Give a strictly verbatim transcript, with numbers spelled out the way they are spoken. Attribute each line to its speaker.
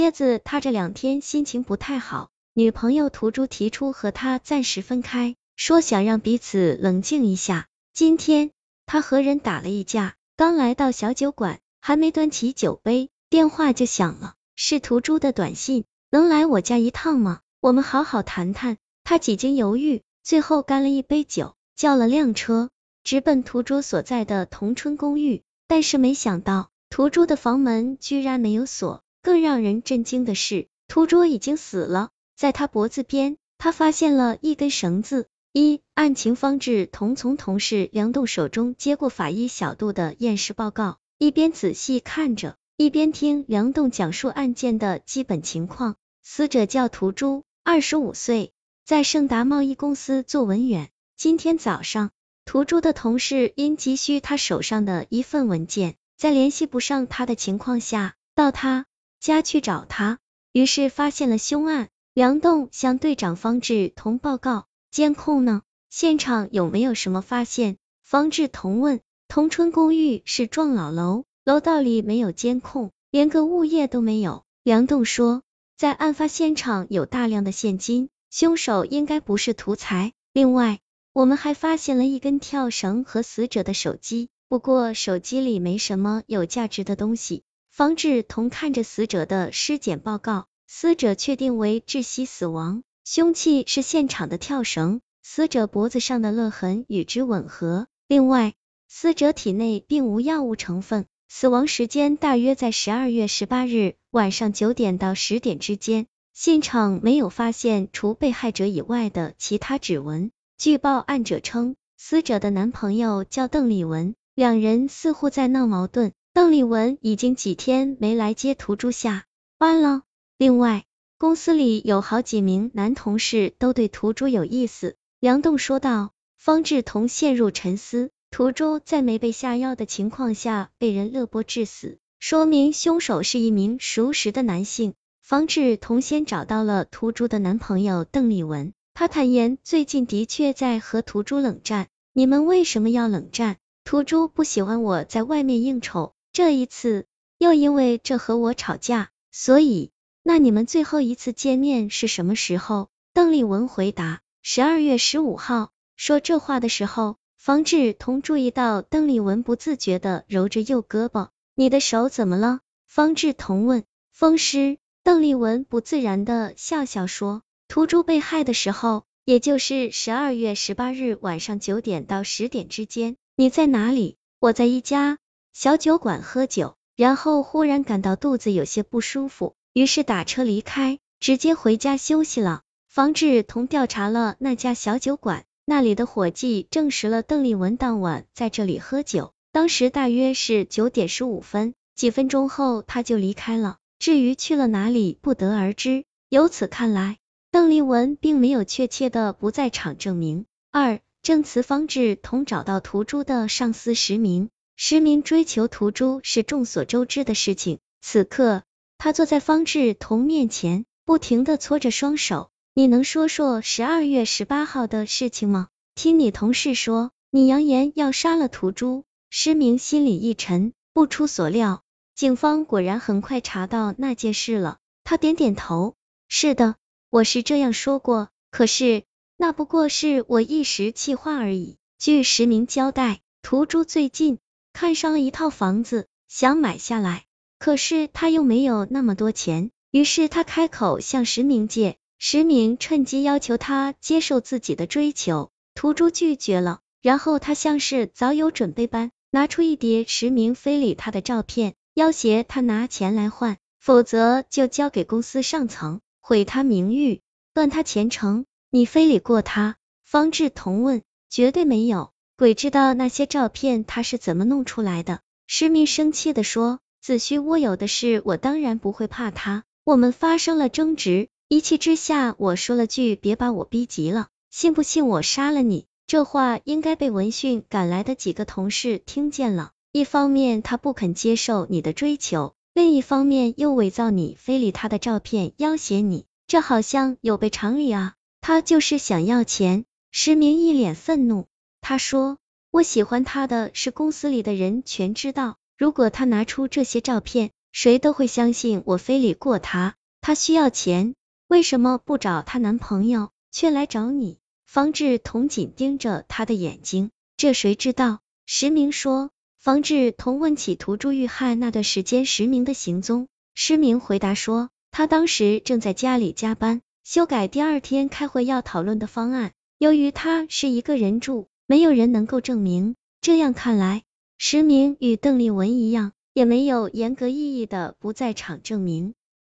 Speaker 1: 叶子他这两天心情不太好，女朋友图珠提出和他暂时分开，说想让彼此冷静一下。今天他和人打了一架，刚来到小酒馆，还没端起酒杯，电话就响了，是图珠的短信，能来我家一趟吗？我们好好谈谈。他几经犹豫，最后干了一杯酒，叫了辆车，直奔图珠所在的同春公寓。但是没想到，图珠的房门居然没有锁，更让人震惊的是，图珠已经死了。在他脖子边，他发现了一根绳子。一案情方志同从同事梁栋手中接过法医小杜的验尸报告，一边仔细看着，一边听梁栋讲述案件的基本情况。死者叫图珠，二十五岁，在盛达贸易公司做文员。今天早上，图珠的同事因急需他手上的一份文件，在联系不上他的情况下，到他家去找他，于是发现了凶案。梁栋向队长方志同报告，监控呢？现场有没有什么发现？方志同问。同春公寓是幢老楼，楼道里没有监控，连个物业都没有。梁栋说，在案发现场有大量的现金，凶手应该不是图财。另外，我们还发现了一根跳绳和死者的手机，不过手机里没什么有价值的东西。方志同看着死者的尸检报告，死者确定为窒息死亡，凶器是现场的跳绳，死者脖子上的勒痕与之吻合。另外，死者体内并无药物成分，死亡时间大约在十二月十八日晚上九点到十点之间。现场没有发现除被害者以外的其他指纹。据报案者称，死者的男朋友叫邓立文，两人似乎在闹矛盾。邓立文已经几天没来接图珠下班了。另外，公司里有好几名男同事都对图珠有意思。梁栋说道。方志同陷入沉思，图珠在没被下药的情况下被人勒脖致死，说明凶手是一名熟识的男性。方志同先找到了图珠的男朋友邓立文，他坦言最近的确在和图珠冷战。你们为什么要冷战？图珠不喜欢我在外面应酬，这一次又因为这和我吵架，所以那你们最后一次见面是什么时候？邓立文回答，十二月十五号。说这话的时候，方志同注意到邓立文不自觉地揉着右胳膊。你的手怎么了？方志同问。风湿。邓立文不自然地笑笑说，图珠被害的时候，也就是十二月十八日晚上九点到十点之间，你在哪里？我在一家小酒馆喝酒，然后忽然感到肚子有些不舒服，于是打车离开，直接回家休息了。方志同调查了那家小酒馆，那里的伙计证实了邓立文当晚在这里喝酒，当时大约是九点十五分，几分钟后他就离开了。至于去了哪里不得而知。由此看来，邓立文并没有确切的不在场证明。二、证词方志同找到图珠的上司石明，石明追求图珠是众所周知的事情。此刻，他坐在方志同面前，不停的搓着双手。你能说说十二月十八号的事情吗？听你同事说，你扬言要杀了图珠。石明心里一沉，不出所料。警方果然很快查到那件事了。他点点头，是的，我是这样说过，可是那不过是我一时气话而已。据石明交代，图珠最近看上了一套房子，想买下来，可是他又没有那么多钱，于是他开口向石明借，石明趁机要求他接受自己的追求，图珠拒绝了，然后他像是早有准备般，拿出一叠石明非礼他的照片，要挟他拿钱来换，否则就交给公司上层，毁他名誉，断他前程。你非礼过他？方志同问。绝对没有，鬼知道那些照片他是怎么弄出来的。石明生气地说，子虚乌有的事，我当然不会怕他。我们发生了争执，一气之下我说了句别把我逼急了，信不信我杀了你？这话应该被闻讯赶来的几个同事听见了。一方面他不肯接受你的追求，另一方面又伪造你非礼他的照片要挟你，这好像有悖常理啊。他就是想要钱。石明一脸愤怒，他说，我喜欢他的是公司里的人全知道，如果他拿出这些照片， 谁都会相信我非礼过她，她需要钱，为什么不找她男朋友，却来找你？方志同紧盯着他的眼睛，这谁知道？石明说。方志同问起屠朱遇害那段时间石明的行踪，石明回答说，他当时正在家里加班，修改第二天开会要讨论的方案，由于他是一个人住，没有人能够证明。这样看来，石明与邓丽文一样，也没有严格意义的不在场证明。